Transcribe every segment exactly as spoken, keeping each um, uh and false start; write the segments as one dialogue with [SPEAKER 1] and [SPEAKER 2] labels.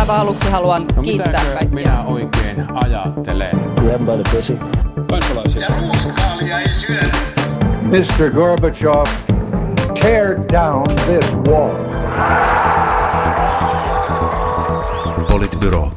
[SPEAKER 1] aivan aluksi haluan
[SPEAKER 2] no,
[SPEAKER 1] kiittää kaikkia.
[SPEAKER 2] minä oikein ajattelen?
[SPEAKER 3] Grab by the pussy.
[SPEAKER 4] Kansalaisia. Ja ruuskaalia ei syödä.
[SPEAKER 5] mister Gorbachev, tear down this wall.
[SPEAKER 6] Politbyro.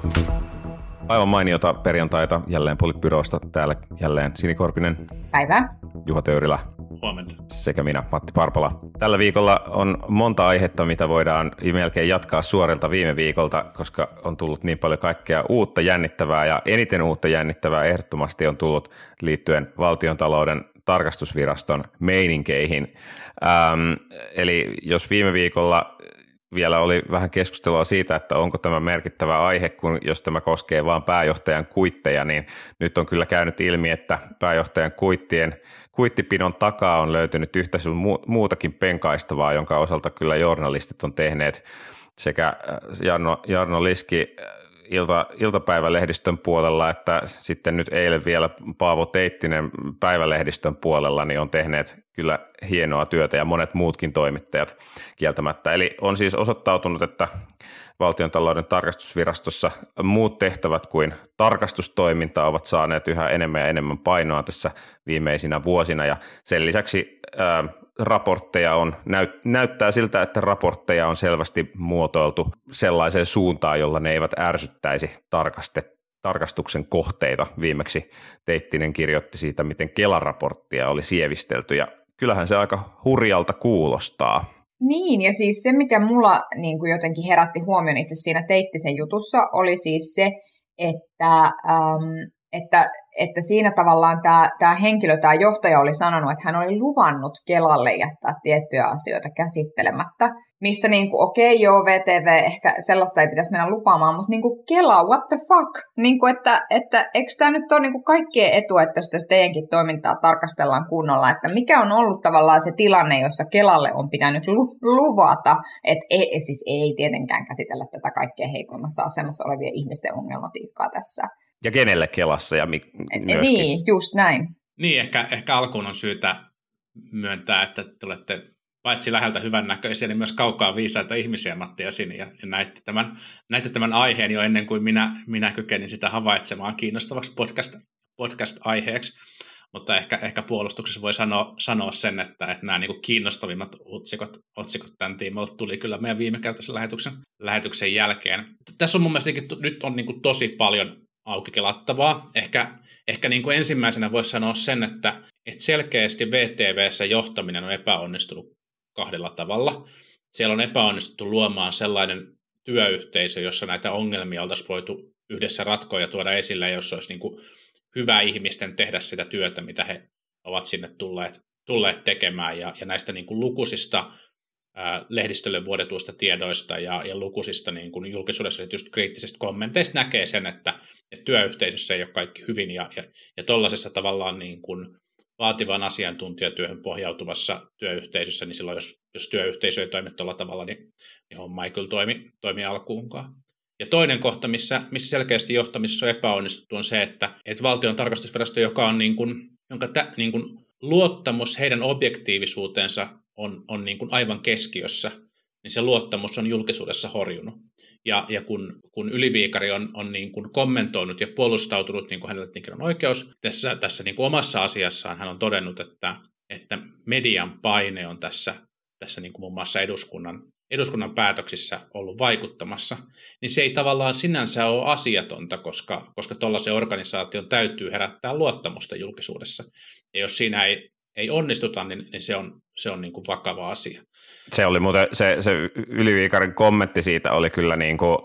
[SPEAKER 6] Aivan mainiota perjantaita jälleen Politbyrosta. Täällä jälleen Sini Korpinen.
[SPEAKER 7] Päivää.
[SPEAKER 6] Juha Töyrilä.
[SPEAKER 8] Huomenta.
[SPEAKER 6] Sekä minä, Matti Parpala. Tällä viikolla on monta aihetta, mitä voidaan melkein jatkaa suorilta viime viikolta, koska on tullut niin paljon kaikkea uutta jännittävää, ja eniten uutta jännittävää ehdottomasti on tullut liittyen Valtiontalouden tarkastusviraston meininkeihin. Ähm, eli jos viime viikolla vielä oli vähän keskustelua siitä, että onko tämä merkittävä aihe, kun jos tämä koskee vain pääjohtajan kuitteja, niin nyt on kyllä käynyt ilmi, että pääjohtajan kuittien, kuittipidon takaa on löytynyt yhtä sun muutakin penkaistavaa, jonka osalta kyllä journalistit on tehneet sekä Jarno, Jarno Liski ilta, iltapäivälehdistön puolella, että sitten nyt eilen vielä Paavo Teittinen päivälehdistön puolella niin on tehneet kyllä hienoa työtä ja monet muutkin toimittajat kieltämättä. Eli on siis osoittautunut, että Valtiontalouden tarkastusvirastossa muut tehtävät kuin tarkastustoiminta ovat saaneet yhä enemmän ja enemmän painoa tässä viimeisinä vuosina, ja sen lisäksi ää, raportteja on, näyt, näyttää siltä, että raportteja on selvästi muotoiltu sellaiseen suuntaan, jolla ne eivät ärsyttäisi tarkastet, tarkastuksen kohteita. Viimeksi Teittinen kirjoitti siitä, miten Kela-raporttia oli sievistelty, ja kyllähän se aika hurjalta kuulostaa.
[SPEAKER 7] Niin, ja siis se, mikä mulla niin kuin jotenkin herätti huomioon itse siinä Teittisen jutussa, oli siis se, että, ähm, että, että siinä tavallaan tämä, tämä henkilö, tämä johtaja oli sanonut, että hän oli luvannut Kelalle jättää tiettyjä asioita käsittelemättä, mistä niin kuin, okei, okay, joo, V T V, ehkä sellaista ei pitäisi mennä lupaamaan, mutta niin kuin Kela, what the fuck? Niin kuin, että, että eikö tämä nyt ole niin kuin kaikkien etu, että sitä teidänkin toimintaa tarkastellaan kunnolla, että mikä on ollut tavallaan se tilanne, jossa Kelalle on pitänyt lu- luvata, että ei, siis ei tietenkään käsitellä tätä kaikkein heikoimmassa asemassa olevien ihmisten ongelmatiikkaa tässä.
[SPEAKER 6] Ja kenelle Kelassa ja mi- myöskin.
[SPEAKER 7] Niin, just näin.
[SPEAKER 8] Niin, ehkä, ehkä alkuun on syytä myöntää, että te olette paitsi läheltä hyvännäköisiä, niin myös kaukaa viisaita ihmisiä, Matti ja Sini, ja näitte tämän, näitte tämän aiheen jo ennen kuin minä, minä kykenin sitä havaitsemaan kiinnostavaksi podcast, podcast-aiheeksi. Mutta ehkä, ehkä puolustuksessa voi sanoa, sanoa sen, että, että nämä niin kuin kiinnostavimmat otsikot, otsikot tämän tiimoilta tuli kyllä meidän viimekertaisen lähetyksen, lähetyksen jälkeen. Tässä on mun mielestä nyt on niin kuin tosi paljon auki kelattavaa. Ehkä, ehkä niin kuin ensimmäisenä voisi sanoa sen, että, että selkeästi V T V:ssä johtaminen on epäonnistunut kahdella tavalla. Siellä on epäonnistuttu luomaan sellainen työyhteisö, jossa näitä ongelmia oltaisiin voitu yhdessä ratkoa ja tuoda esille, jos olisi niin kuin hyvä ihmisten tehdä sitä työtä, mitä he ovat sinne tulleet, tulleet tekemään. Ja, ja näistä niin kuin lukuisista ää, lehdistölle vuodetuista tiedoista ja, ja lukuisista niin kuin julkisuudessa kriittisistä kommenteista näkee sen, että, että työyhteisössä ei ole kaikki hyvin. Ja, ja, ja tuollaisessa tavallaan niin kuin vaativan asiantuntijatyöhön pohjautuvassa työyhteisössä, niin silloin jos, jos työyhteisö ei toimi tuolla tavalla, niin, niin homma ei kyllä toimi, toimi alkuunkaan. Ja toinen kohta, missä, missä selkeästi johtamisessa on epäonnistuttu, on se, että, että valtion tarkastusvirasto, joka on niin kuin, jonka tä, niin kuin luottamus heidän objektiivisuuteensa on, on niin kuin aivan keskiössä, niin se luottamus on julkisuudessa horjunut. Ja, ja kun, kun Yli-Viikari on, on niin kuin kommentoinut ja puolustautunut, niin kuin hänelle on oikeus, tässä, tässä niin kuin omassa asiassaan hän on todennut, että, että median paine on tässä, tässä niin kuin muun muassa eduskunnan, eduskunnan päätöksissä ollut vaikuttamassa, niin se ei tavallaan sinänsä ole asiatonta, koska, koska tuollaisen organisaation täytyy herättää luottamusta julkisuudessa. Ja jos siinä ei, ei onnistuta, niin, niin se on, se on niin kuin vakava asia.
[SPEAKER 6] Se oli muuten, se, se Yli-Viikarin kommentti siitä oli kyllä niin kuin,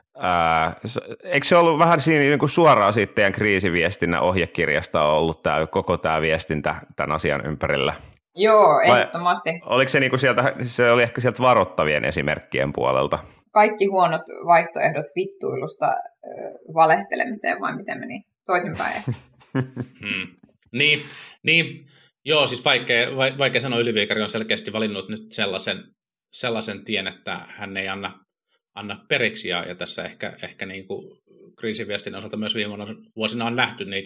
[SPEAKER 6] ää, eikö se ollut vähän siinä niin kuin suoraan siitä teidän kriisiviestinnän ohjekirjasta ollut tämä, koko tämä viestintä tämän asian ympärillä?
[SPEAKER 7] Joo, ehdottomasti.
[SPEAKER 6] Vai oliko se, niin kuin sieltä, se oli ehkä sieltä varoittavien esimerkkien puolelta?
[SPEAKER 7] Kaikki huonot vaihtoehdot vittuilusta äh, valehtelemiseen, vai miten meni toisinpäin?
[SPEAKER 8] hmm. Niin, niin. Joo, siis vaikea, vaikea sanoa, Yli-Viikari on selkeästi valinnut nyt sellaisen, sellaisen tien, että hän ei anna, anna periksi, ja, ja tässä ehkä, ehkä niin kuin kriisiviestin osalta myös viime vuosina on nähty niitä,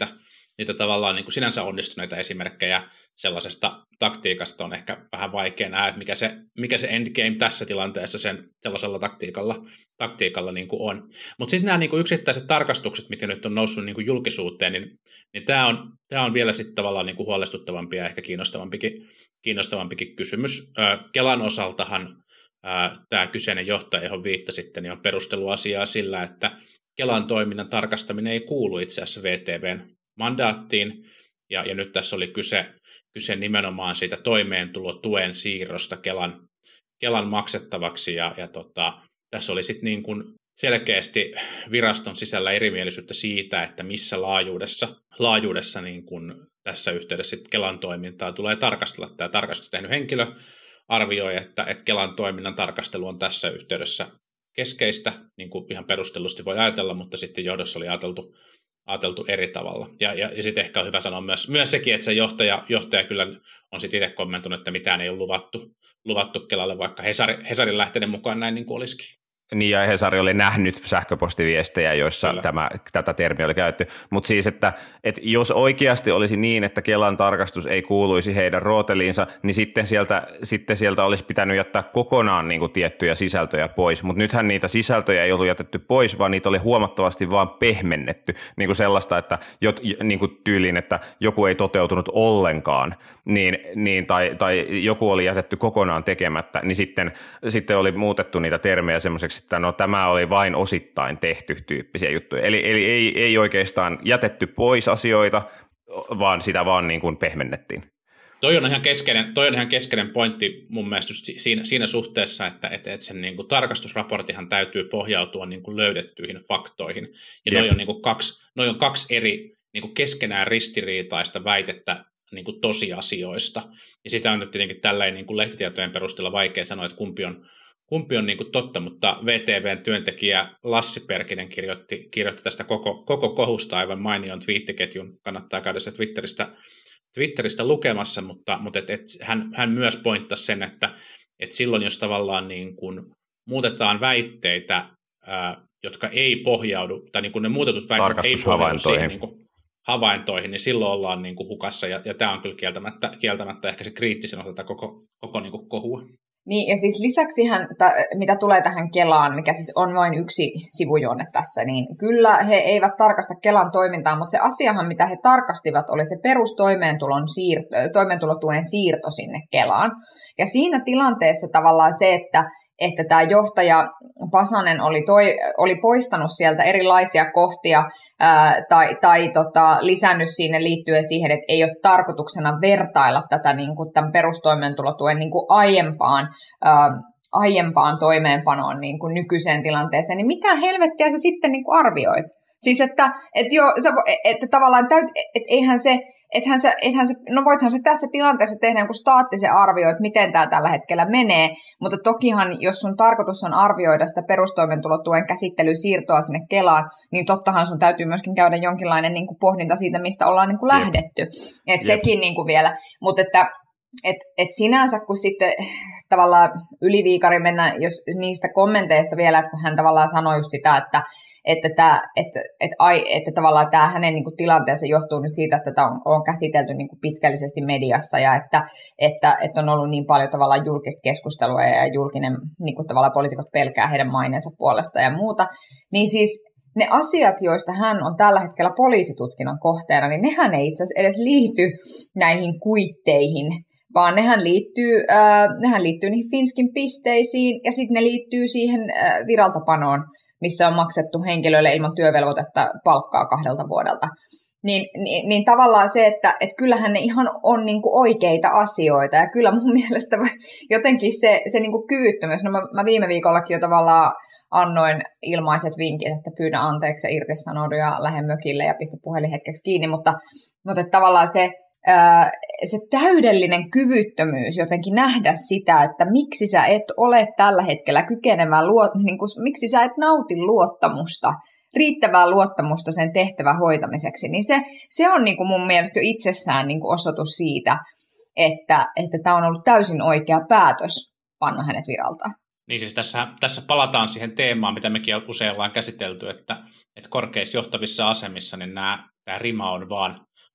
[SPEAKER 8] niitä tavallaan niin kuin sinänsä onnistuneita esimerkkejä sellaisesta taktiikasta on ehkä vähän vaikea nähdä, että mikä se, mikä se endgame tässä tilanteessa sen sellaisella taktiikalla, taktiikalla niin kuin on. Mutta sitten nämä niin kuin yksittäiset tarkastukset, mitkä nyt on noussut niin kuin julkisuuteen, niin, niin tämä on, tämä on vielä sitten tavallaan niin kuin huolestuttavampi ja ehkä kiinnostavampikin, kiinnostavampikin kysymys. Kelan osaltahan tämä kyseinen johtaja, johon viittasitte, niin on perustellut asiaa sillä, että Kelan toiminnan tarkastaminen ei kuulu itse asiassa V T V:n mandaattiin, ja, ja nyt tässä oli kyse, kyse nimenomaan siitä toimeentulotuen siirrosta Kelan, Kelan maksettavaksi, ja, ja tota, tässä oli sitten niin kuin selkeästi viraston sisällä erimielisyyttä siitä, että missä laajuudessa, laajuudessa niin kuin tässä yhteydessä sit Kelan toimintaa tulee tarkastella. Tämä tarkastus tehnyt henkilö arvioi, että, että Kelan toiminnan tarkastelu on tässä yhteydessä keskeistä, niin kuin ihan perustellusti voi ajatella, mutta sitten johdossa oli ajateltu, ajateltu eri tavalla. Ja, ja, ja sitten ehkä on hyvä sanoa myös, myös sekin, että se johtaja, johtaja kyllä on sitten itse kommentoinut, että mitään ei ole luvattu, luvattu Kelalle, vaikka Hesari, Hesarin lähteiden mukaan näin niin kuin olisikin.
[SPEAKER 6] Niin, ja Hesari oli nähnyt sähköpostiviestejä, joissa tämä, tätä termiä oli käytetty. Mutta siis, että, että jos oikeasti olisi niin, että Kelan tarkastus ei kuuluisi heidän rooteliinsa, niin sitten sieltä, sitten sieltä olisi pitänyt jättää kokonaan niin kuin tiettyjä sisältöjä pois. Mutta nythän niitä sisältöjä ei ollut jätetty pois, vaan niitä oli huomattavasti vaan pehmennetty. Niin kuin sellaista, että jot, niin kuin tyyliin, että joku ei toteutunut ollenkaan, niin, niin, tai, tai joku oli jätetty kokonaan tekemättä, niin sitten, sitten oli muutettu niitä termejä semmoiseksi, että no tämä oli vain osittain tehty tyyppisiä juttuja. Eli, eli ei, ei oikeastaan jätetty pois asioita, vaan sitä vaan niin kuin pehmennettiin.
[SPEAKER 8] Toi on ihan keskeinen, toi on ihan keskeinen pointti mun mielestä siinä, siinä suhteessa, että, että, että sen niin kuin tarkastusraportihan täytyy pohjautua niin kuin löydettyihin faktoihin. Ja noi on, niin kuin kaksi, noi on kaksi eri niin kuin keskenään ristiriitaista väitettä niin kuin tosiasioista. Ja sitä on nyt tietenkin tällainen niin kuin lehtitietojen perusteella vaikea sanoa, että kumpi on Kumpi on niin kuin totta, mutta V T V:n työntekijä Lassi Perkinen kirjoitti, kirjoitti tästä koko, koko kohusta aivan mainion twiittiketjun. Kannattaa käydä se Twitteristä, Twitteristä lukemassa, mutta, mutta et, et hän, hän myös pointtasi sen, että et silloin jos tavallaan niin kuin muutetaan väitteitä, ää, jotka ei pohjaudu, tai niin kuin ne muutetut väitteet ei pohjaudu siihen niin kuin havaintoihin, niin silloin ollaan niin kuin hukassa, ja, ja tämä on kyllä kieltämättä, kieltämättä ehkä se kriittisen osa tätä koko, koko niin kuin kohua.
[SPEAKER 7] Niin, ja siis lisäksihän, mitä tulee tähän Kelaan, mikä siis on vain yksi sivujuonne tässä, niin kyllä he eivät tarkasta Kelan toimintaa, mutta se asiahan, mitä he tarkastivat, oli se perustoimeentulon siirto, toimeentulotuen siirto sinne Kelaan. Ja siinä tilanteessa tavallaan se, että että tämä johtaja Pasanen oli, toi, oli poistanut sieltä erilaisia kohtia ää, tai, tai tota, lisännyt sinne liittyen siihen, että ei ole tarkoituksena vertailla tätä niin kuin tämän perustoimeentulotuen niin kuin aiempaan, ää, aiempaan toimeenpanoon niin kuin nykyiseen tilanteeseen, niin mitä helvettiä sä sitten niin kuin arvioit? Siis että, että, jo, että tavallaan täyt, että eihän se, ethän se, ethän se, no voithan se tässä tilanteessa tehdä jonkun staattisen arvio, että miten tämä tällä hetkellä menee, mutta tokihan, jos sun tarkoitus on arvioida sitä perustoimeentulotuen käsittelysiirtoa sinne Kelaan, niin tottahan sun täytyy myöskin käydä jonkinlainen niin kuin pohdinta siitä, mistä ollaan niin kuin lähdetty. Että sekin niin kuin vielä, mutta että et, et sinänsä, kun sitten tavallaan Yli-Viikari mennään, jos niistä kommenteista vielä, että kun hän tavallaan sanoi just sitä, että Että, tämä, että, että, että tavallaan tämä hänen niin kuin tilanteensa johtuu nyt siitä, että tätä on, on käsitelty niin kuin pitkällisesti mediassa ja että, että, että on ollut niin paljon tavallaan julkista keskustelua ja julkinen niin kuin tavallaan poliitikot pelkää heidän maineensa puolesta ja muuta. Niin siis ne asiat, joista hän on tällä hetkellä poliisitutkinnan kohteena, niin nehän ei itse asiassa edes liity näihin kuitteihin, vaan nehän liittyy, äh, nehän liittyy niihin Finskin pisteisiin ja sitten ne liittyy siihen äh, viraltapanoon, missä on maksettu henkilöille ilman työvelvoitetta palkkaa kahdelta vuodelta. Niin, niin, niin tavallaan se, että et kyllähän ne ihan on niinku oikeita asioita, ja kyllä mun mielestä jotenkin se, se niinku kyvyttömyys, no mä, mä viime viikollakin jo tavallaan annoin ilmaiset vinkit, että pyydä anteeksi ja irtisanoudu ja lähde mökille ja pistä puhelin hetkeksi kiinni, mutta, mutta tavallaan se, ää, se täydellinen kyvyttömyys jotenkin nähdä sitä, että miksi sä et ole tällä hetkellä kykenevää, luot, niin kuin, miksi sä et nauti luottamusta, riittävää luottamusta sen tehtävän hoitamiseksi, niin se, se on niin kuin mun mielestä jo itsessään niin kuin osoitus siitä, että että tämä on ollut täysin oikea päätös panna hänet viralta.
[SPEAKER 8] Niin siis tässä, tässä palataan siihen teemaan, mitä mekin usein ollaan käsitelty, että, että korkeissa johtavissa asemissa niin nämä, tämä rima on vaan,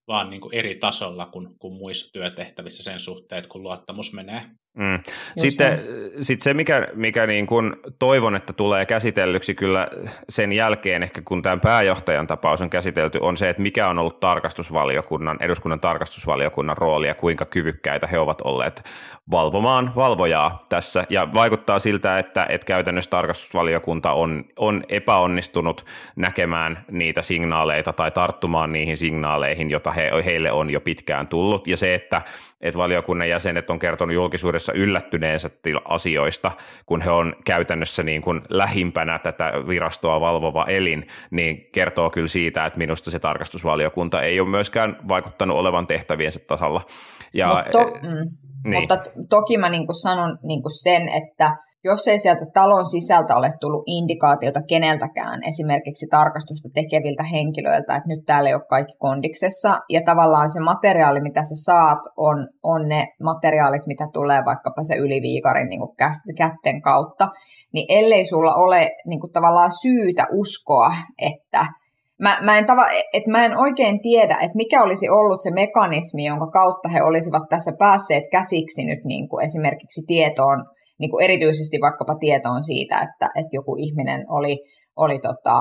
[SPEAKER 8] vaan niin kuin eri tasolla kuin, kuin muissa työtehtävissä sen suhteen, että kun luottamus menee.
[SPEAKER 6] Mm. Sitten, sitten se, mikä, mikä niin kuin toivon, että tulee käsitellyksi kyllä sen jälkeen, ehkä kun tämän pääjohtajan tapaus on käsitelty, on se, että mikä on ollut tarkastusvaliokunnan, eduskunnan tarkastusvaliokunnan rooli ja kuinka kyvykkäitä he ovat olleet valvomaan valvojaa tässä. Ja vaikuttaa siltä, että, että käytännössä tarkastusvaliokunta on, on epäonnistunut näkemään niitä signaaleita tai tarttumaan niihin signaaleihin, joita he, heille on jo pitkään tullut. Ja se, että, että valiokunnan jäsenet on kertonut julkisuudessa yllättyneensä asioista, kun he on käytännössä niin kuin lähimpänä tätä virastoa valvova elin, niin kertoo kyllä siitä, että minusta se tarkastusvaliokunta ei ole myöskään vaikuttanut olevan tehtäviensä tasalla. Ja,
[SPEAKER 7] Mut to, mm, niin. Mutta toki mä niin kuin sanon niin kuin sen, että jos ei sieltä talon sisältä ole tullut indikaatiota keneltäkään, esimerkiksi tarkastusta tekeviltä henkilöiltä, että nyt täällä ei ole kaikki kondiksessa, ja tavallaan se materiaali, mitä sä saat, on, on ne materiaalit, mitä tulee vaikkapa se yliviikarin niin kuin kätten kautta, niin ellei sulla ole niin kuin tavallaan syytä uskoa, että Mä, mä, en tava, et mä en oikein tiedä, että mikä olisi ollut se mekanismi, jonka kautta he olisivat tässä päässeet käsiksi nyt niin kuin esimerkiksi tietoon, niin kuin erityisesti vaikkapa tietoon siitä, että, että joku ihminen oli, oli tota,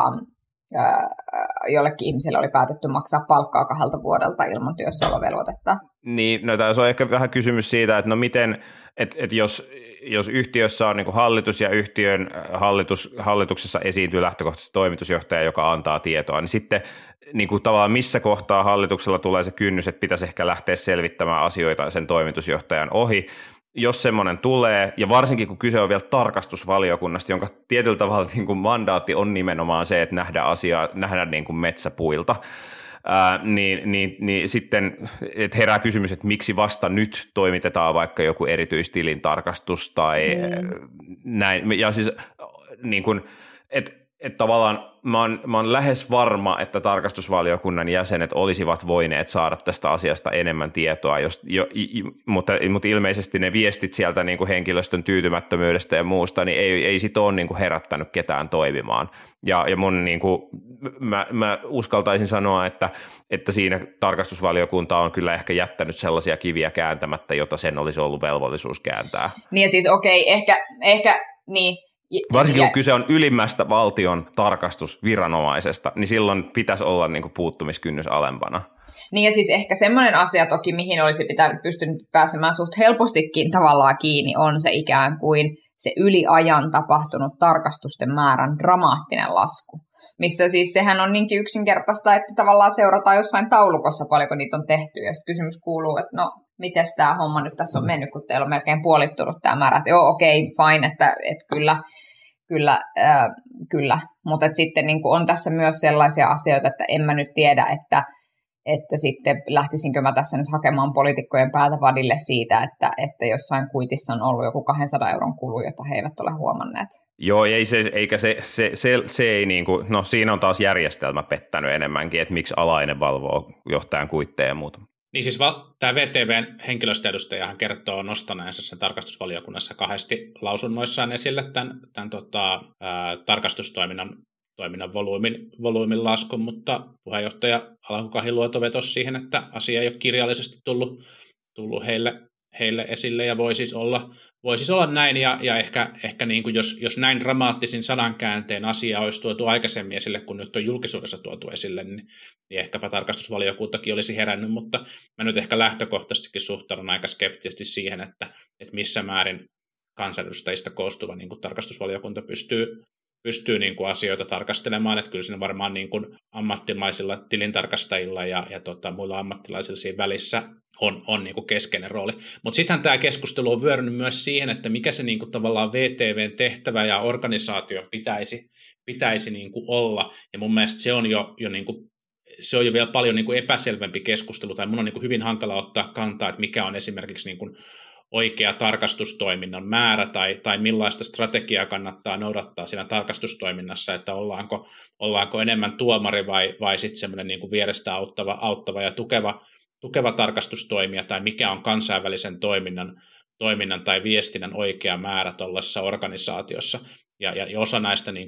[SPEAKER 7] ää, jollekin ihmiselle oli päätetty maksaa palkkaa kahdelta vuodelta ilman työssäolovelvoitetta.
[SPEAKER 6] Niin, no tässä on ehkä vähän kysymys siitä, että no miten, että, että jos, jos yhtiössä on niin kuin hallitus ja yhtiön hallitus, hallituksessa esiintyy lähtökohtaisesti toimitusjohtaja, joka antaa tietoa, niin sitten niin kuin tavallaan missä kohtaa hallituksella tulee se kynnys, että pitäisi ehkä lähteä selvittämään asioita sen toimitusjohtajan ohi, jos semmoinen tulee, ja varsinkin kun kyse on vielä tarkastusvaliokunnasta, jonka tietyllä tavalla niin kuin mandaatti on nimenomaan se, että nähdään asiaa, nähdään niin kuin metsäpuilta, ää, niin, niin, niin sitten että herää kysymys, että miksi vasta nyt toimitetaan vaikka joku erityistilintarkastus tai mm. näin, ja siis niin kuin, että että tavallaan mä oon, mä oon lähes varma, että tarkastusvaliokunnan jäsenet olisivat voineet saada tästä asiasta enemmän tietoa, jos, jo, mutta, mutta ilmeisesti ne viestit sieltä niin kuin henkilöstön tyytymättömyydestä ja muusta, niin ei, ei sit ole niin kuin herättänyt ketään toimimaan. Ja, ja mun niin kuin, mä, mä uskaltaisin sanoa, että, että siinä tarkastusvaliokunta on kyllä ehkä jättänyt sellaisia kiviä kääntämättä, jota sen olisi ollut velvollisuus kääntää.
[SPEAKER 7] Niin ja siis okei, okay, ehkä, ehkä niin.
[SPEAKER 6] Varsinkin kun kyse on ylimmästä valtion tarkastusviranomaisesta, niin silloin pitäisi olla niin kuin puuttumiskynnys alempana.
[SPEAKER 7] Niin ja siis ehkä semmoinen asia toki, mihin olisi pitänyt pystynyt pääsemään suht helpostikin tavallaan kiinni, on se ikään kuin se yliajan tapahtunut tarkastusten määrän dramaattinen lasku. Missä siis sehän on niinkin yksinkertaista, että tavallaan seurataan jossain taulukossa paljonko niitä on tehty. Ja sitten kysymys kuuluu, että no, miten tämä homma nyt tässä on mennyt, kun teillä on melkein puolittunut tämä määrä. Että joo, okei, okay, fine, että, että kyllä, kyllä, äh, kyllä. Mutta sitten niin on tässä myös sellaisia asioita, että en mä nyt tiedä, että, että sitten lähtisinkö mä tässä nyt hakemaan poliitikkojen päätä vadille siitä, että, että jossain kuitissa on ollut joku kahdensadan euron kulu, jota he eivät ole huomanneet.
[SPEAKER 6] Joo, ei se, eikä se, se, se, se ei niin kuin, no siinä on taas järjestelmä pettänyt enemmänkin, että miksi alainen valvoo johtajan kuitteja ja muuta.
[SPEAKER 8] Niin siis val- tämä V T V:n henkilöstöedustajahan kertoo nostaneensa sen tarkastusvaliokunnassa kahdesti lausunnoissaan esille tämän, tämän tota, ää, tarkastustoiminnan toiminnan volyymin, volyymin laskun, mutta puheenjohtaja Alanko Kahiluoto vetosi siihen, että asia ei ole kirjallisesti tullut, tullut heille, heille esille ja voi siis olla, voi siis olla näin ja, ja ehkä, ehkä niin kuin jos, jos näin dramaattisin sanankäänteen asia olisi tuotu aikaisemmin esille, kun nyt on julkisuudessa tuotu esille, niin, niin ehkäpä tarkastusvaliokuntakin olisi herännyt, mutta mä nyt ehkä lähtökohtaisestikin suhtaudun aika skeptisesti siihen, että, että missä määrin kansanedustajista koostuva niin kuin tarkastusvaliokunta pystyy pystyy niin kuin asioita tarkastelemaan, että kyllä siinä varmaan niin kuin ammattimaisilla tilintarkastajilla ja, ja tota, muilla ammattilaisilla siinä välissä on, on niin kuin keskeinen rooli. Mutta sittenhän tämä keskustelu on vyörynyt myös siihen, että mikä se niin kuin tavallaan V T V:n tehtävä ja organisaatio pitäisi, pitäisi niin kuin olla, ja mun mielestä se on jo, jo, niin kuin, se on jo vielä paljon niin kuin epäselvempi keskustelu, tai mun on niin kuin hyvin hankala ottaa kantaa, että mikä on esimerkiksi niin kuin oikea tarkastustoiminnan määrä tai, tai millaista strategiaa kannattaa noudattaa siinä tarkastustoiminnassa, että ollaanko, ollaanko enemmän tuomari vai, vai sitten semmoinen niin kuin vierestä auttava, auttava ja tukeva, tukeva tarkastustoimija tai mikä on kansainvälisen toiminnan, toiminnan tai viestinnän oikea määrä tuollaisessa organisaatiossa. Ja, ja osa näistä niin kuin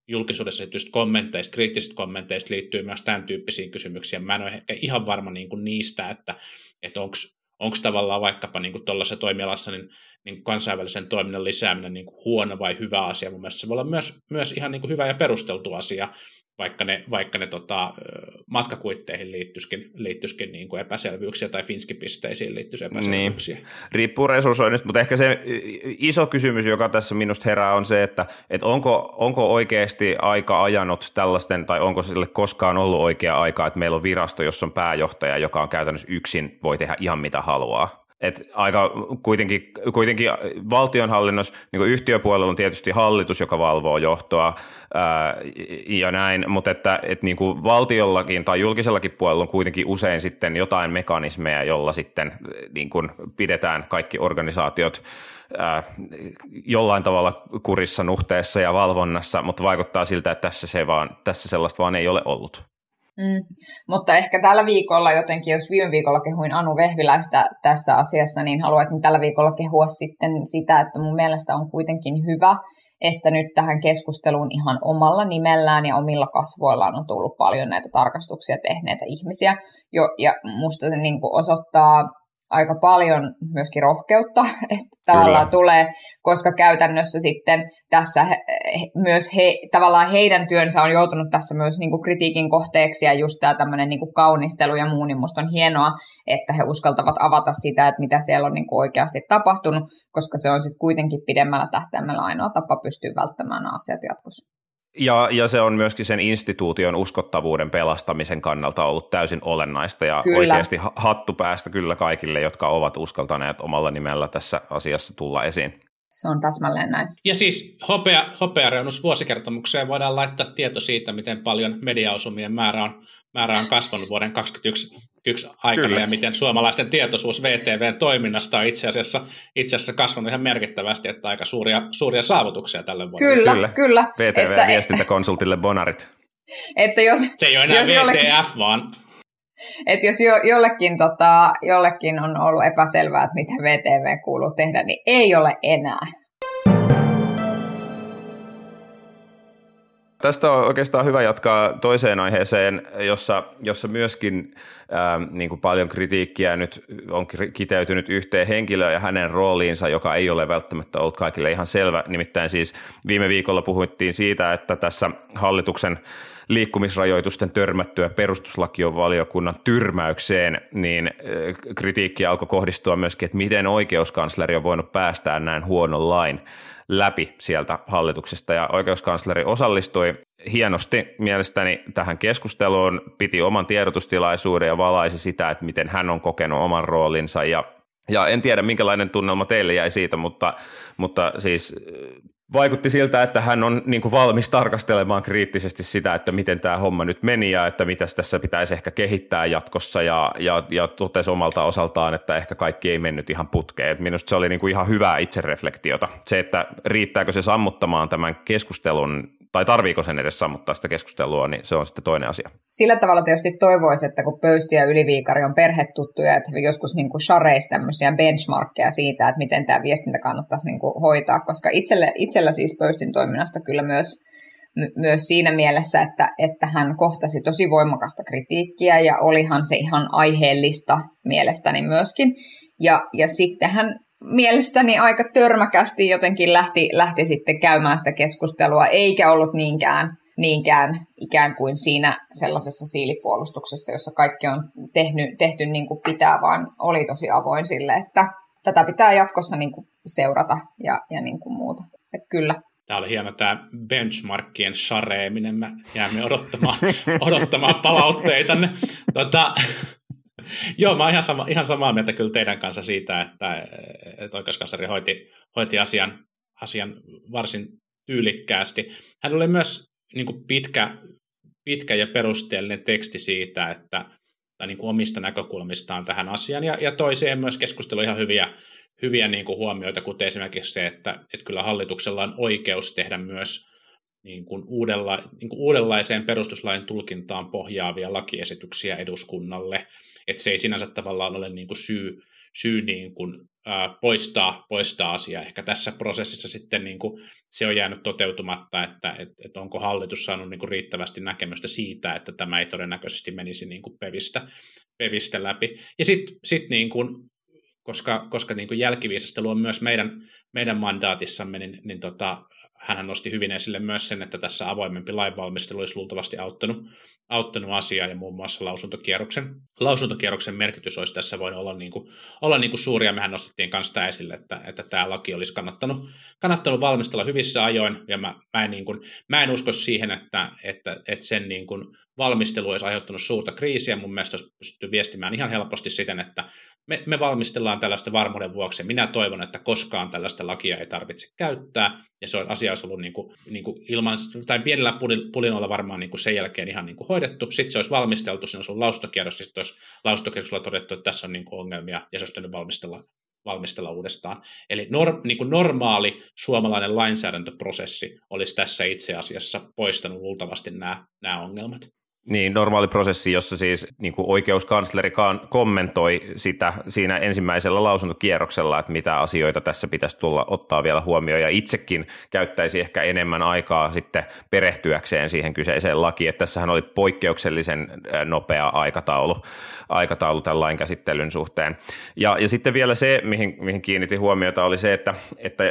[SPEAKER 8] julkisuudessa esitetyistä kommenteista, kriittisistä kommenteista liittyy myös tämän tyyppisiin kysymyksiin. Mä en ole ehkä ihan varma niin kuin niistä, että, että onko tavallaan vaikkapa niin tuollaisessa toimialassa niin, niin kansainvälisen toiminnan lisääminen niin kuin huono vai hyvä asia. Mun mielestä se voi olla myös, myös ihan niin kuin hyvä ja perusteltu asia, vaikka ne, vaikka ne tota, matkakuitteihin liittyisikin, liittyisikin niin kuin epäselvyyksiä tai finskipisteisiin liittyisi epäselvyyksiä. Niin.
[SPEAKER 6] Riippuu resurssoinnista, mutta ehkä se iso kysymys, joka tässä minusta herää, on se, että, että onko, onko oikeasti aika ajanut tällaisten, tai onko sille koskaan ollut oikea aika, että meillä on virasto, jossa on pääjohtaja, joka on käytännössä yksin, voi tehdä ihan mitä haluaa. Et aika kuitenkin, kuitenkin valtionhallinnossa niin yhtiöpuolella on tietysti hallitus, joka valvoo johtoa ää, ja näin, mutta että et niin kuin valtiollakin tai julkisellakin puolella on kuitenkin usein sitten jotain mekanismeja, jolla sitten niin kuin pidetään kaikki organisaatiot ää, jollain tavalla kurissa, nuhteessa ja valvonnassa, mutta vaikuttaa siltä, että tässä, se vaan, tässä sellaista vaan ei ole ollut.
[SPEAKER 7] Mm. Mutta ehkä tällä viikolla jotenkin, jos viime viikolla kehuin Anu Vehviläistä tässä asiassa, niin haluaisin tällä viikolla kehua sitten sitä, että mun mielestä on kuitenkin hyvä, että nyt tähän keskusteluun ihan omalla nimellään ja omilla kasvoillaan on tullut paljon näitä tarkastuksia tehneitä ihmisiä, jo, ja musta se niin kuin osoittaa aika paljon myöskin rohkeutta, että tavallaan tulee, koska käytännössä sitten tässä he, myös he, tavallaan heidän työnsä on joutunut tässä myös niin kuin kritiikin kohteeksi, ja just tämä tämmöinen niin kuin kaunistelu ja muu, niin musta on hienoa, että he uskaltavat avata sitä, että mitä siellä on niin kuin oikeasti tapahtunut, koska se on sitten kuitenkin pidemmällä tähtäimellä ainoa tapa pystyä välttämään nämä asiat jatkossa.
[SPEAKER 6] Ja, ja se on myöskin sen instituution uskottavuuden pelastamisen kannalta ollut täysin olennaista, ja kyllä. Oikeasti hattu päästä kyllä kaikille, jotka ovat uskaltaneet omalla nimellä tässä asiassa tulla esiin.
[SPEAKER 7] Se on täsmälleen näin.
[SPEAKER 8] Ja siis hopea, hopeareunus vuosikertomukseen voidaan laittaa tieto siitä, miten paljon mediaosumien määrä on, määrä on kasvanut vuoden kaksituhattakaksikymmentäyksi aikana, kyllä. Ja miten suomalaisten tietoisuus V T V:n toiminnasta on itse asiassa, itse asiassa kasvanut ihan merkittävästi, että aika suuria, suuria saavutuksia tälle vuodelle.
[SPEAKER 7] Kyllä, kyllä. kyllä.
[SPEAKER 6] V T V-viestintäkonsultille bonarit.
[SPEAKER 7] Että jos,
[SPEAKER 8] se ei ole enää V T F, jollekin, vaan...
[SPEAKER 7] Että jos jo, jollekin, tota, jollekin on ollut epäselvää, että mitä V T V kuuluu tehdä, niin ei ole enää.
[SPEAKER 6] Tästä on oikeastaan hyvä jatkaa toiseen aiheeseen, jossa, jossa myöskin ää, niin kuin paljon kritiikkiä nyt on kiteytynyt yhteen henkilöön ja hänen rooliinsa, joka ei ole välttämättä ollut kaikille ihan selvä. Nimittäin siis viime viikolla puhuttiin siitä, että tässä hallituksen liikkumisrajoitusten törmättyä perustuslakivaliokunnan tyrmäykseen, niin kritiikki alkoi kohdistua myöskin, että miten oikeuskansleri on voinut päästää näin huonon lain läpi sieltä hallituksesta, ja oikeuskansleri osallistui hienosti mielestäni tähän keskusteluun, piti oman tiedotustilaisuuden ja valaisi sitä, että miten hän on kokenut oman roolinsa, ja, ja en tiedä minkälainen tunnelma teille jäi siitä, mutta, mutta siis vaikutti siltä, että hän on niin kuin valmis tarkastelemaan kriittisesti sitä, että miten tämä homma nyt meni ja että mitä tässä pitäisi ehkä kehittää jatkossa, ja, ja, ja totesi omalta osaltaan, että ehkä kaikki ei mennyt ihan putkeen. Minusta se oli niin kuin ihan hyvää itsereflektiota. Se, että riittääkö se sammuttamaan tämän keskustelun, tai tarviiko sen edes sammuttaa sitä keskustelua, niin se on sitten toinen asia.
[SPEAKER 7] Sillä tavalla tietysti toivoisi, että kun Pöysti ja Yli-Viikari on perhetuttuja, että joskus niin kuin shareisi tämmöisiä benchmarkkeja siitä, että miten tämä viestintä kannattaisi niin kuin hoitaa, koska itselle, itsellä siis Pöystin toiminnasta kyllä myös, m- myös siinä mielessä, että, että hän kohtasi tosi voimakasta kritiikkiä, ja olihan se ihan aiheellista mielestäni myöskin, ja, ja sitten hän mielestäni aika törmäkästi jotenkin lähti, lähti sitten käymään sitä keskustelua, eikä ollut niinkään, niinkään ikään kuin siinä sellaisessa siilipuolustuksessa, jossa kaikki on tehnyt, tehty niin kuin pitää, vaan oli tosi avoin sille, että tätä pitää jatkossa niin kuin seurata ja, ja niin kuin muuta. Että kyllä.
[SPEAKER 8] Tämä oli hieno tämä benchmarkkien shareeminen. Mä jäämme odottamaan, odottamaan palautteitanne. Tota, Joo, mä oon ihan, sama, ihan samaa mieltä kyllä teidän kanssa siitä, että, että oikeuskansleri hoiti, hoiti asian, asian varsin tyylikkäästi. Hän oli myös niin kuin pitkä, pitkä ja perusteellinen teksti siitä, että tai niin kuin omista näkökulmistaan tähän asiaan, ja, ja toiseen myös keskustelu ihan hyviä, hyviä niin kuin huomioita, kuten esimerkiksi se, että, että kyllä hallituksella on oikeus tehdä myös niin kuin uudella, niin kuin uudenlaiseen perustuslain tulkintaan pohjaavia lakiesityksiä eduskunnalle, että se ei sinänsä tavallaan ole niin kuin syy, syy niin kuin, ää, poistaa, poistaa asiaa. Ehkä tässä prosessissa sitten niin kuin, se on jäänyt toteutumatta, että et, et onko hallitus saanut niin kuin, riittävästi näkemystä siitä, että tämä ei todennäköisesti menisi niin kuin, pevistä, pevistä läpi. Ja sitten sit, niin kuin, koska, koska niin kuin jälkiviisastelu on myös meidän, meidän mandaatissamme, niin, niin tota, hänhän nosti hyvin esille myös sen, että tässä avoimempi lainvalmistelu olisi luultavasti auttanut, auttanut asiaa, ja muun muassa lausuntokierroksen, lausuntokierroksen merkitys olisi tässä voinut olla, niin kuin, olla niin kuin suuri, ja mehän nostettiin myös sitä esille, että, että tämä laki olisi kannattanut, kannattanut valmistella hyvissä ajoin, ja mä, mä, en, niin kuin, mä en usko siihen, että, että, että sen niin kuin valmistelu olisi aiheuttanut suurta kriisiä. Mun mielestä olisi pystytty viestimään ihan helposti siten, että me, me valmistellaan tällaista varmuuden vuoksi. Minä toivon, että koskaan tällaista lakia ei tarvitse käyttää, ja se on asia olisi ollut niin kuin, niin kuin ilman, tai pienellä pulinoilla varmaan niin kuin sen jälkeen ihan niin kuin hoidettu. Sitten se olisi valmisteltu, siinä olisi ollut lausuntokierros, sitten olisi lausuntokierroksella todettu, että tässä on niin kuin ongelmia, ja se olisi täytynyt valmistella, valmistella uudestaan. Eli nor, niin kuin normaali suomalainen lainsäädäntöprosessi olisi tässä itse asiassa poistanut luultavasti nämä, nämä ongelmat.
[SPEAKER 6] Niin, normaali prosessi, jossa siis niin kuin oikeuskanslerikaan kommentoi sitä siinä ensimmäisellä lausuntokierroksella, että mitä asioita tässä pitäisi tulla ottaa vielä huomioon, ja itsekin käyttäisi ehkä enemmän aikaa sitten perehtyäkseen siihen kyseiseen lakiin, että tässähän oli poikkeuksellisen nopea aikataulu, aikataulu tämän lain käsittelyn suhteen. Ja, ja sitten vielä se, mihin, mihin kiinnitin huomiota, oli se, että, että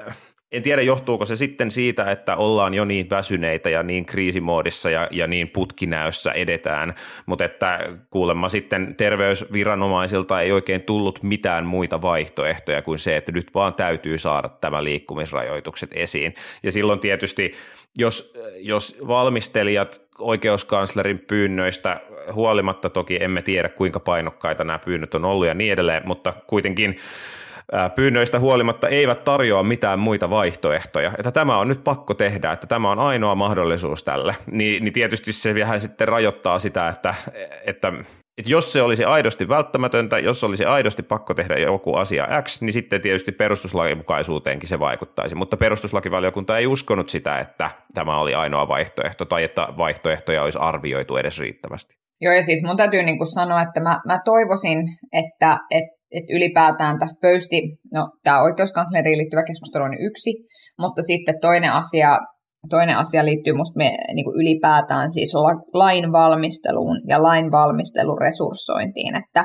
[SPEAKER 6] en tiedä, johtuuko se sitten siitä, että ollaan jo niin väsyneitä ja niin kriisimoodissa ja, ja niin putkinäössä edetään, mutta että kuulemma sitten terveysviranomaisilta ei oikein tullut mitään muita vaihtoehtoja kuin se, että nyt vaan täytyy saada tämä liikkumisrajoitukset esiin. Ja silloin tietysti, jos, jos valmistelijat oikeuskanslerin pyynnöistä huolimatta, toki emme tiedä kuinka painokkaita nämä pyynnöt on ollut ja niin edelleen, mutta kuitenkin pyynnöistä huolimatta eivät tarjoa mitään muita vaihtoehtoja, että tämä on nyt pakko tehdä, että tämä on ainoa mahdollisuus tälle, niin, niin tietysti se vähän sitten rajoittaa sitä, että, että, että jos se olisi aidosti välttämätöntä, jos olisi aidosti pakko tehdä joku asia X, niin sitten tietysti perustuslakimukaisuuteenkin se vaikuttaisi, mutta perustuslakivaliokunta ei uskonut sitä, että tämä oli ainoa vaihtoehto tai että vaihtoehtoja olisi arvioitu edes riittävästi.
[SPEAKER 7] Joo, ja siis mun täytyy niin kuin sanoa, että mä, mä toivoisin, että, että että ylipäätään tästä pöysti, no tämä oikeuskansleriin liittyvä keskustelu on yksi, mutta sitten toinen asia, toinen asia liittyy musta me, niin kuin ylipäätään siis lain valmisteluun ja lain valmistelun resurssointiin, että,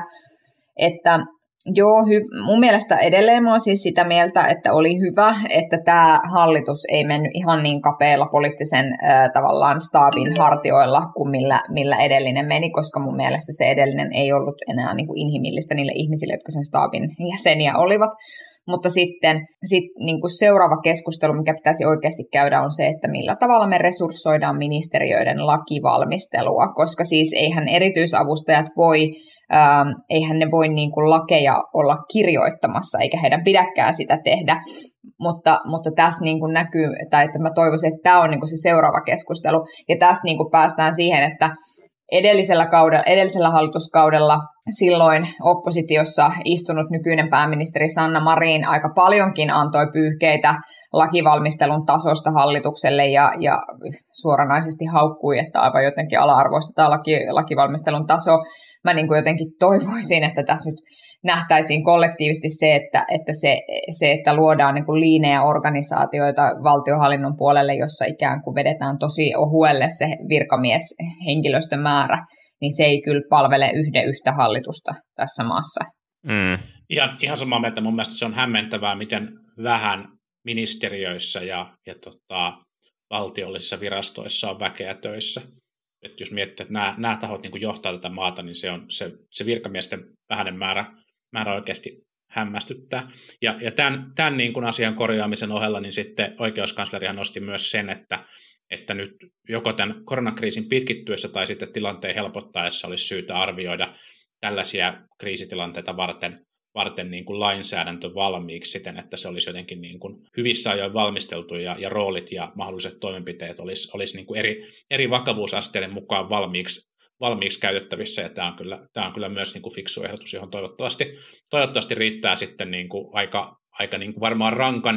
[SPEAKER 7] että joo, hy, mun mielestä edelleen mä oon siis sitä mieltä, että oli hyvä, että tämä hallitus ei mennyt ihan niin kapealla poliittisen äh, tavallaan staabin hartioilla kuin millä, millä edellinen meni, koska mun mielestä se edellinen ei ollut enää niin kuin inhimillistä niille ihmisille, jotka sen staabin jäseniä olivat. Mutta sitten sit, niin kuin seuraava keskustelu, mikä pitäisi oikeasti käydä, on se, että millä tavalla me resurssoidaan ministeriöiden lakivalmistelua, koska siis eihän erityisavustajat voi, ähm, eihän ne voi niin kuin lakeja olla kirjoittamassa, eikä heidän pidäkään sitä tehdä, mutta, mutta tässä niin kuin näkyy, tai että mä toivoisin, että tämä on niin kuin se seuraava keskustelu, ja tästä niin kuin päästään siihen, että Edellisellä, kaudella, edellisellä hallituskaudella silloin oppositiossa istunut nykyinen pääministeri Sanna Marin aika paljonkin antoi pyyhkeitä lakivalmistelun tasosta hallitukselle ja, ja suoranaisesti haukkui, että aivan jotenkin ala-arvoistetaan laki, lakivalmistelun taso. Mä niin kuin jotenkin toivoisin, että tässä nyt nähtäisiin kollektiivisesti se, että, että, se, se, että luodaan niin kuin liinejä organisaatioita valtionhallinnon puolelle, jossa ikään kuin vedetään tosi ohuelle se virkamieshenkilöstön määrä, niin se ei kyllä palvele yhden yhtä hallitusta tässä maassa.
[SPEAKER 6] Mm.
[SPEAKER 8] Ihan, ihan samaa mieltä. Mun mielestä se on hämmentävää, miten vähän ministeriöissä ja, ja tota, valtiollisissa virastoissa on väkeä töissä. Että jos miettii, että nämä, nämä tahot niin kuin johtaa tätä maata, niin se, on, se, se virkamiesten vähäinen määrä, määrä oikeasti hämmästyttää. Ja, ja tämän, tämän niin kuin asian korjaamisen ohella niin sitten oikeuskanslerihan nosti myös sen, että, että nyt joko tämän koronakriisin pitkittyessä tai sitten tilanteen helpottaessa olisi syytä arvioida tällaisia kriisitilanteita varten, varten niin kuin lainsäädäntö valmiiksi siten, että se olisi jotenkin niin kuin hyvissä ajoin valmisteltu ja, ja roolit ja mahdolliset toimenpiteet olisi, olisi niin kuin eri, eri vakavuusasteiden mukaan valmiiksi, valmiiksi käytettävissä, ja tämä on kyllä, tämä on kyllä myös niin kuin fiksu ehdotus, johon toivottavasti, toivottavasti riittää sitten niin kuin aika, aika niin kuin varmaan rankan,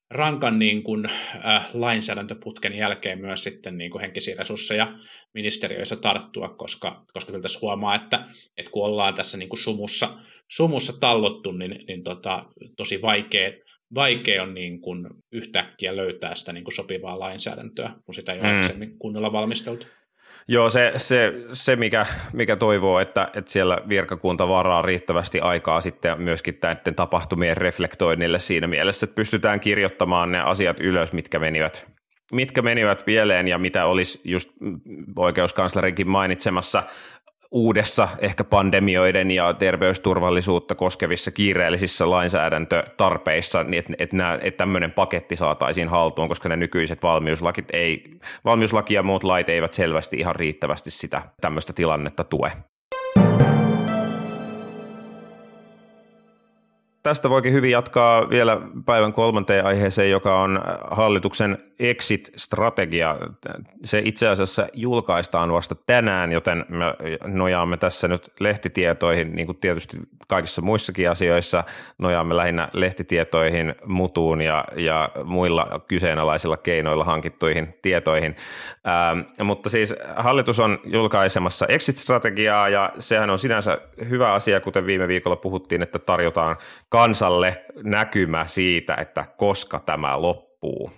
[SPEAKER 8] rankan niin kuin, äh, lainsäädäntöputken jälkeen myös sitten niin kuin henkisiä resursseja ministeriöissä tarttua, koska, koska kyllä tässä huomaa, että, että kun ollaan tässä niin kuin sumussa, sumussa tallottu, niin, niin tota, tosi vaikea, vaikea on niin kuin yhtäkkiä löytää sitä niin kuin sopivaa lainsäädäntöä, kun sitä ei ole aikaisemmin kunnolla valmisteltu.
[SPEAKER 6] Joo, se, se, se mikä, mikä toivoo, että, että siellä virkakunta varaa riittävästi aikaa sitten myöskin näiden tapahtumien reflektoinnille siinä mielessä, että pystytään kirjoittamaan ne asiat ylös, mitkä menivät, mitkä menivät pieleen ja mitä olisi just oikeuskanslerinkin mainitsemassa uudessa ehkä pandemioiden ja terveysturvallisuutta koskevissa kiireellisissä lainsäädäntötarpeissa, niin että, että, nämä, että tämmöinen paketti saataisiin haltuun, koska ne nykyiset valmiuslakit ei, valmiuslaki ja muut lait eivät selvästi ihan riittävästi sitä tämmöistä tilannetta tue. Tästä voikin hyvin jatkaa vielä päivän kolmanteen aiheeseen, joka on hallituksen exit-strategia. Se itse asiassa julkaistaan vasta tänään, joten me nojaamme tässä nyt lehtitietoihin, niin kuin tietysti kaikissa muissakin asioissa, nojaamme lähinnä lehtitietoihin, mutuun ja, ja muilla kyseenalaisilla keinoilla hankittuihin tietoihin. Ähm, mutta siis hallitus on julkaisemassa exit-strategiaa ja sehän on sinänsä hyvä asia, kuten viime viikolla puhuttiin, että tarjotaan kansalle näkymä siitä, että koska tämä loppuu.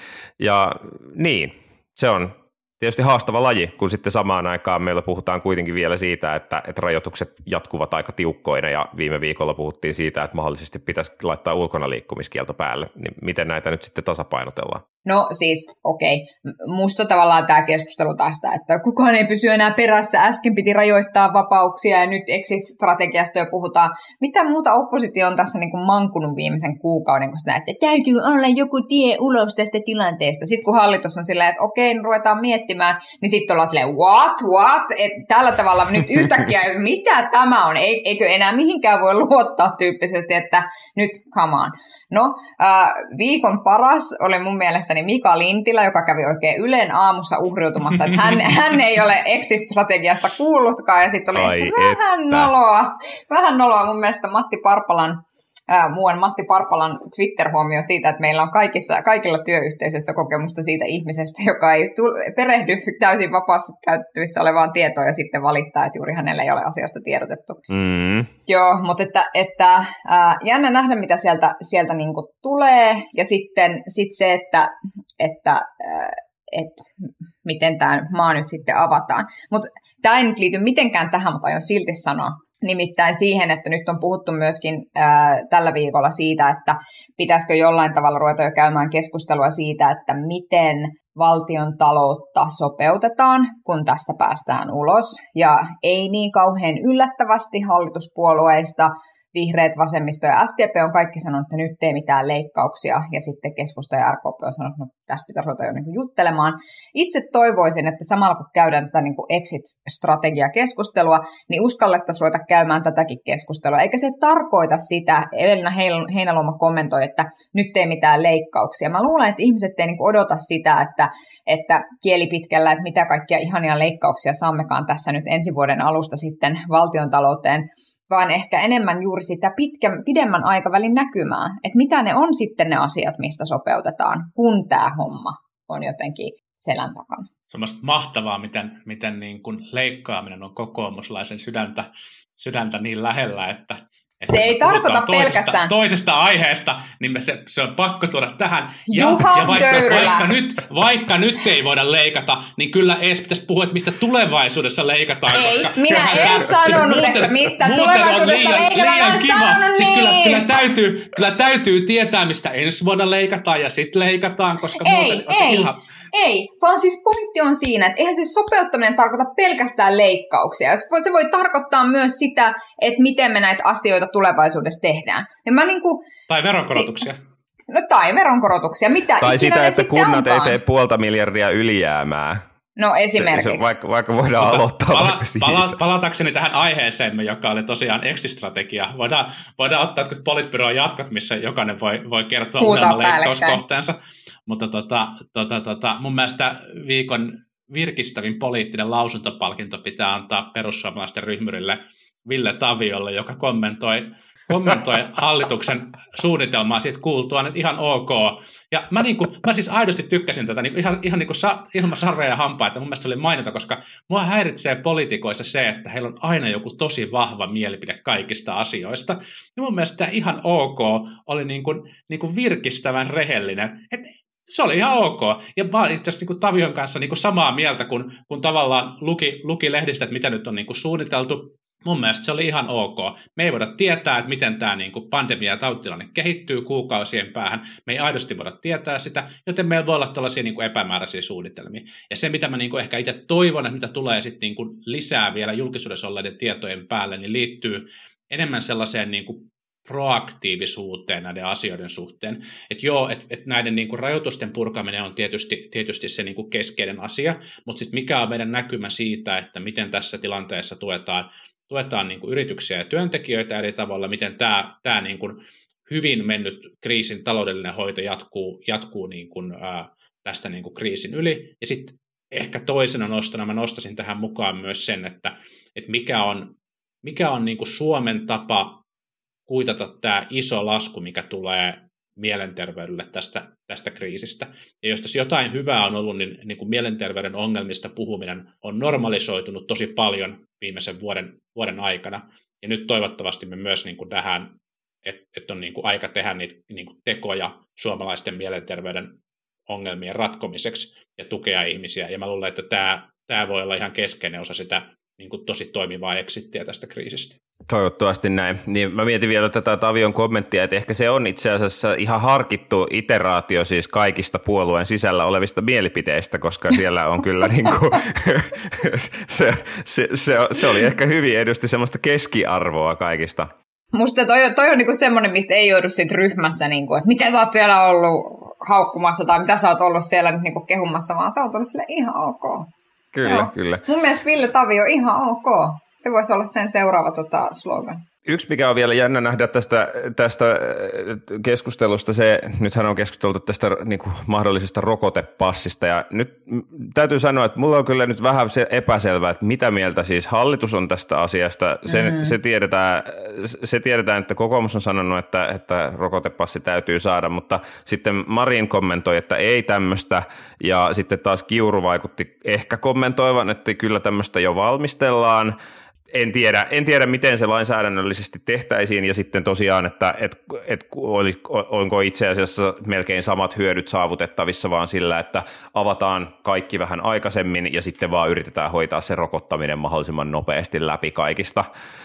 [SPEAKER 6] Ja niin, se on tietysti haastava laji, kun sitten samaan aikaan meillä puhutaan kuitenkin vielä siitä, että, että rajoitukset jatkuvat aika tiukkoina ja viime viikolla puhuttiin siitä, että mahdollisesti pitäisi laittaa ulkona liikkumiskielto päälle. Niin miten näitä nyt sitten tasapainotellaan?
[SPEAKER 7] No siis, okei. Okay. Musta tavallaan tämä keskustelu tästä, että kukaan ei pysy enää perässä. Äsken piti rajoittaa vapauksia ja nyt exit-strategiasta jo puhutaan. Mitä muuta oppositio on tässä niin kuin mankunut viimeisen kuukauden, kun sitä, että täytyy olla joku tie ulos tästä tilanteesta. Sitten kun hallitus on silleen, että okei, okay, ruvetaan miettimään, niin sitten ollaan silleen, what, what? Et tällä tavalla nyt yhtäkkiä, mitä tämä on? Eikö enää mihinkään voi luottaa tyyppisesti, että nyt come on. No, äh, viikon paras oli mun mielestä Mika Lintilä, joka kävi oikein Ylen aamussa uhriutumassa, että hän, hän ei ole exit-strategiasta kuullutkaan, ja sitten oli
[SPEAKER 6] Ai
[SPEAKER 7] ehkä vähän
[SPEAKER 6] että.
[SPEAKER 7] noloa, vähän noloa mun mielestä Matti Parpalan, ää, muun Matti Parpalan Twitter-huomio siitä, että meillä on kaikissa, kaikilla työyhteisöissä kokemusta siitä ihmisestä, joka ei tule, perehdy täysin vapaassa käytettävissä olevaan tietoon ja sitten valittaa, että juuri hänellä ei ole asiasta tiedotettu.
[SPEAKER 6] Mm.
[SPEAKER 7] Joo, mutta että, että ää, jännä nähdä, mitä sieltä, sieltä niinku tulee, ja sitten sit se, että, että ää, et, miten tämä maa nyt sitten avataan. Mutta tämä ei nyt liity mitenkään tähän, mutta aion silti sanoa. Nimittäin siihen, että nyt on puhuttu myöskin ää, tällä viikolla siitä, että pitäisikö jollain tavalla ruveta jo käymään keskustelua siitä, että miten valtion taloutta sopeutetaan, kun tästä päästään ulos. Ja ei niin kauhean yllättävästi hallituspuolueista, vihreät, vasemmisto ja S D P on kaikki sanonut, että nyt ei mitään leikkauksia, ja sitten keskusta ja R K P on sanonut, että no, tästä pitäisi ruveta jo niin kuin juttelemaan. Itse toivoisin, että samalla kun käydään tätä niin kuin exit-strategia-keskustelua, niin uskallettaisiin ruveta käymään tätäkin keskustelua. Eikä se tarkoita sitä, Elina Heinäluoma kommentoi, että nyt ei mitään leikkauksia. Mä luulen, että ihmiset ei niin kuin odota sitä, että, että kieli pitkällä, että mitä kaikkia ihania leikkauksia saammekaan tässä nyt ensi vuoden alusta sitten valtiontalouteen, vaan ehkä enemmän juuri sitä pitkän, pidemmän aikavälin näkymää, että mitä ne on sitten ne asiat, mistä sopeutetaan, kun tämä homma on jotenkin selän takana.
[SPEAKER 8] Semmoista mahtavaa, miten, miten niin kuin leikkaaminen on kokoomuslaisen sydäntä, sydäntä niin lähellä, että
[SPEAKER 7] se ei tarkoita
[SPEAKER 8] toisesta,
[SPEAKER 7] pelkästään
[SPEAKER 8] toisesta aiheesta, niin me se, se on pakko tuoda tähän. Ja,
[SPEAKER 7] Juha
[SPEAKER 8] ja vaikka,
[SPEAKER 7] Töyrylä.
[SPEAKER 8] vaikka, nyt, vaikka nyt ei voida leikata, niin kyllä edes pitäisi puhua, että mistä tulevaisuudessa leikataan.
[SPEAKER 7] Ei,
[SPEAKER 8] koska
[SPEAKER 7] minä en
[SPEAKER 8] tämä,
[SPEAKER 7] sanonut,
[SPEAKER 8] muuten,
[SPEAKER 7] että mistä
[SPEAKER 8] muuten
[SPEAKER 7] tulevaisuudesta
[SPEAKER 8] liian,
[SPEAKER 7] leikataan,
[SPEAKER 8] liian
[SPEAKER 7] en
[SPEAKER 8] kiva.
[SPEAKER 7] sanonut
[SPEAKER 8] Siis kyllä,
[SPEAKER 7] niin.
[SPEAKER 8] kyllä, täytyy, kyllä täytyy tietää, mistä ensi vuonna leikataan ja sitten leikataan, koska
[SPEAKER 7] Ei,
[SPEAKER 8] muuten
[SPEAKER 7] ei.
[SPEAKER 8] ihan...
[SPEAKER 7] Ei, vaan siis pointti on siinä, että eihän se sopeuttaminen tarkoita pelkästään leikkauksia. Se voi tarkoittaa myös sitä, että miten me näitä asioita tulevaisuudessa tehdään. Ja mä niinku,
[SPEAKER 8] tai veronkorotuksia.
[SPEAKER 7] Si- no tai veronkorotuksia, mitä
[SPEAKER 6] Tai
[SPEAKER 7] ikinä
[SPEAKER 6] sitä,
[SPEAKER 7] ne
[SPEAKER 6] että
[SPEAKER 7] sitten
[SPEAKER 6] kunnat ei
[SPEAKER 7] onkaan.
[SPEAKER 6] tee puolta miljardia ylijäämää.
[SPEAKER 7] No esimerkiksi.
[SPEAKER 6] Se, se, vaikka, vaikka voidaan
[SPEAKER 8] Mutta
[SPEAKER 6] aloittaa
[SPEAKER 8] pala-
[SPEAKER 6] vaikka siitä.
[SPEAKER 8] pala- palatakseni tähän aiheeseemme, joka oli tosiaan exit-strategia. Voidaan, voidaan ottaa jotkut politbyroon jatkot, missä jokainen voi, voi kertoa
[SPEAKER 7] Huutaa
[SPEAKER 8] uudemman leikkauskohteensa. Mutta tota, tota, tota, mun mielestä viikon virkistävin poliittinen lausuntopalkinto pitää antaa perussuomalaisten ryhmyrille Ville Taviolle, joka kommentoi kommentoi hallituksen suunnitelmaa siitä kuultuaan, että ihan ok. Ja mä, niin kuin, mä siis aidosti tykkäsin tätä niin kuin ihan, ihan niin kuin sa, ilman sarveja ja hampaita. Mun mielestä se oli mainita, koska mua häiritsee poliitikoissa se, että heillä on aina joku tosi vahva mielipide kaikista asioista. Ja mun mielestä tämä ihan ok oli niin kuin, niin kuin virkistävän rehellinen. Et se oli ihan ok. Ja mä olen itse asiassa niin Tavion kanssa niin kuin samaa mieltä, kun, kun tavallaan luki, luki lehdistä, että mitä nyt on niin kuin suunniteltu. Mun mielestä se oli ihan ok. Me ei voida tietää, että miten tämä niin kuin pandemia ja tautitilanne kehittyy kuukausien päähän. Me ei aidosti voida tietää sitä, joten meillä voi olla tällaisia niin kuin epämääräisiä suunnitelmia. Ja se, mitä mä niin kuin ehkä itse toivon, että mitä tulee sitten niin kuin lisää vielä julkisuudessa olleiden tietojen päälle, niin liittyy enemmän sellaiseen niin kuin proaktiivisuuteen näiden asioiden suhteen. Että joo, että et näiden niinku rajoitusten purkaminen on tietysti, tietysti se niinku keskeinen asia, mutta sitten mikä on meidän näkymä siitä, että miten tässä tilanteessa tuetaan, tuetaan niinku yrityksiä ja työntekijöitä eri tavalla, miten tämä tää niinku hyvin mennyt kriisin taloudellinen hoito jatkuu, jatkuu niinku, ää, tästä niinku kriisin yli. Ja sitten ehkä toisena nostona mä nostasin tähän mukaan myös sen, että et mikä on, mikä on niinku Suomen tapa kuitata tämä iso lasku, mikä tulee mielenterveydelle tästä, tästä kriisistä. Ja jos tässä jotain hyvää on ollut, niin, niin kuin mielenterveyden ongelmista puhuminen on normalisoitunut tosi paljon viimeisen vuoden, vuoden aikana. Ja nyt toivottavasti me myös niin kuin nähdään, että, että on niin kuin aika tehdä niitä niin kuin tekoja suomalaisten mielenterveyden ongelmien ratkomiseksi ja tukea ihmisiä. Ja mä luulen, että tämä, tämä voi olla ihan keskeinen osa sitä niin kuin tosi toimivaa exittiä tästä kriisistä.
[SPEAKER 6] Toivottavasti näin. Niin mä mietin vielä tätä Tavion kommenttia, että ehkä se on itse asiassa ihan harkittu iteraatio siis kaikista puolueen sisällä olevista mielipiteistä, koska siellä on kyllä niin kuin, se, se, se, se oli ehkä hyvin edusti semmoista keskiarvoa kaikista.
[SPEAKER 7] Musta toi, toi on niinku semmoinen, mistä ei joudu siitä ryhmässä, niinku, että miten sä oot siellä ollut haukkumassa tai mitä sä oot ollut siellä nyt niinku kehumassa, vaan sä oot ollut sille ihan ok.
[SPEAKER 6] Kyllä, Joo. kyllä.
[SPEAKER 7] Mun mielestä Ville Tavio ihan ok. Se voisi olla sen seuraava tota, slogan.
[SPEAKER 6] Yksi, mikä on vielä jännä nähdä tästä, tästä keskustelusta, se, nythän on keskusteltu tästä niin kuin mahdollisesta rokotepassista, ja nyt täytyy sanoa, että mulla on kyllä nyt vähän se epäselvää, että mitä mieltä siis hallitus on tästä asiasta. Se, mm. se, tiedetään, se tiedetään, että kokoomus on sanonut, että, että rokotepassi täytyy saada, mutta sitten Marin kommentoi, että ei tämmöistä, ja sitten taas Kiuru vaikutti ehkä kommentoivan, että kyllä tämmöistä jo valmistellaan. En tiedä, en tiedä, miten se lainsäädännöllisesti tehtäisiin, ja sitten tosiaan, että et, et, onko itse asiassa melkein samat hyödyt saavutettavissa vaan sillä, että avataan kaikki vähän aikaisemmin ja sitten vaan yritetään hoitaa se rokottaminen mahdollisimman nopeasti läpi kaikista.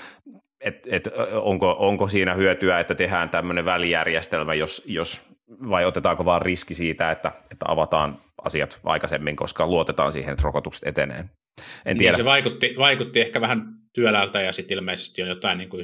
[SPEAKER 6] Et, et, onko, onko siinä hyötyä, että tehdään tämmöinen välijärjestelmä, jos, jos, vai otetaanko vaan riski siitä, että, että avataan asiat aikaisemmin, koska luotetaan siihen, että rokotukset etenee. En tiedä.
[SPEAKER 8] Niin se vaikutti, vaikutti ehkä vähän työläältä ja sitten ilmeisesti on jotain niin kuin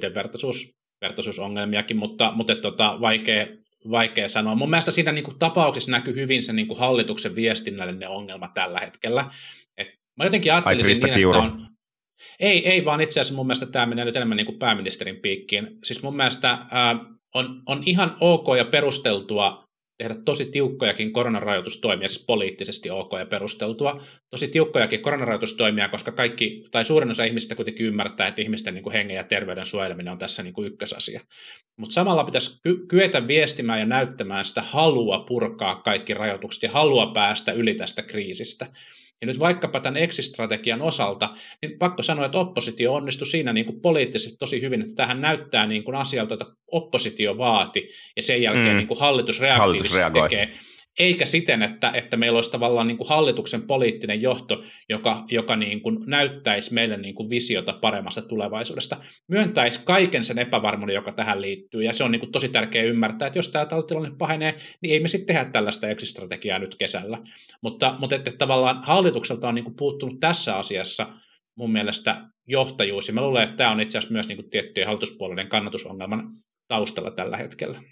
[SPEAKER 8] yhdenvertaisuusongelmiakin, mutta, mutta tota, vaikea, vaikea sanoa. Mun mielestä siinä niin kuin tapauksessa näkyy hyvin se niin kuin hallituksen viestinnällinen ongelma tällä hetkellä. Et mä jotenkin ajattelisin niin, Kiuru. Että on... Ei, ei, vaan itse asiassa mun mielestä tämä menee nyt enemmän niin kuin pääministerin piikkiin. Siis mun mielestä ää, on, on ihan ok ja perusteltua tehdä tosi tiukkojakin koronarajoitustoimia, siis poliittisesti ok ja perusteltua, tosi tiukkojakin koronarajoitustoimia, koska kaikki, tai suurin osa ihmisistä kuitenkin ymmärtää, että ihmisten niin kuin hengen ja terveyden suojeleminen on tässä niin kuin ykkösasia. Mutta samalla pitäisi ky- kyetä viestimään ja näyttämään sitä halua purkaa kaikki rajoitukset ja halua päästä yli tästä kriisistä. Ja nyt vaikkapa tämän exit-strategian osalta, niin pakko sanoa, että oppositio onnistui siinä niin kuin poliittisesti tosi hyvin, että tähän näyttää niin kuin asialta, että oppositio vaati, ja sen jälkeen mm. niin kuin hallitus reaktiivisesti hallitus tekee. Eikä siten, että, että meillä olisi tavallaan niin kuin hallituksen poliittinen johto, joka, joka niin kuin näyttäisi meille niin kuin visiota paremmasta tulevaisuudesta. Myöntäisi kaiken sen epävarmuuden, joka tähän liittyy, ja se on niin kuin tosi tärkeää ymmärtää, että jos tämä tautitilanne pahenee, niin ei me sitten tehdä tällaista exit-strategiaa nyt kesällä. Mutta, mutta että tavallaan hallitukselta on niin kuin puuttunut tässä asiassa mun mielestä johtajuus, ja mä luulen, että tämä on itse asiassa myös niin kuin tiettyjen hallituspuolueiden kannatusongelman taustalla tällä hetkellä.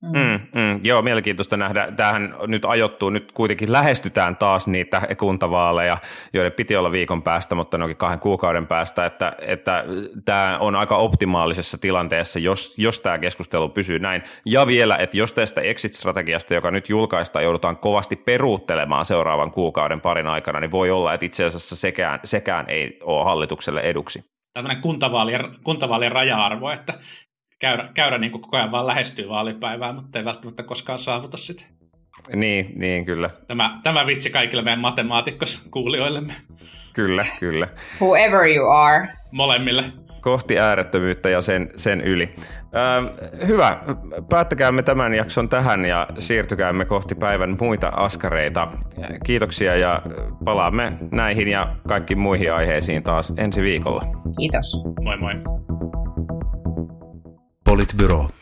[SPEAKER 6] Mm, mm, joo, mielenkiintoista nähdä. Tämähän nyt ajoittuu, nyt kuitenkin lähestytään taas niitä kuntavaaleja, joiden piti olla viikon päästä, mutta ne onkin kahden kuukauden päästä, että, että tämä on aika optimaalisessa tilanteessa, jos, jos tämä keskustelu pysyy näin. Ja vielä, että jos tästä exit-strategiasta, joka nyt julkaistaan, joudutaan kovasti peruuttelemaan seuraavan kuukauden parin aikana, niin voi olla, että itse asiassa sekään, sekään ei ole hallitukselle eduksi.
[SPEAKER 8] Tällainen kuntavaalien, kuntavaalien raja-arvo, että käyrä, käyrä niin kuin koko ajan vaan lähestyy vaalipäivää, mutta ei välttämättä koskaan saavuta sitä.
[SPEAKER 6] Niin, niin kyllä.
[SPEAKER 8] Tämä, tämä vitsi kaikille meidän matemaatikos kuulijoillemme.
[SPEAKER 6] Kyllä, kyllä.
[SPEAKER 7] Whoever you are.
[SPEAKER 8] Molemmille.
[SPEAKER 6] Kohti äärettömyyttä ja sen, sen yli. Öö, hyvä. Päättäkäämme tämän jakson tähän ja siirtykäämme kohti päivän muita askareita. Kiitoksia ja palaamme näihin ja kaikkiin muihin aiheisiin taas ensi viikolla.
[SPEAKER 7] Kiitos.
[SPEAKER 8] Moi moi.
[SPEAKER 1] Politbyro.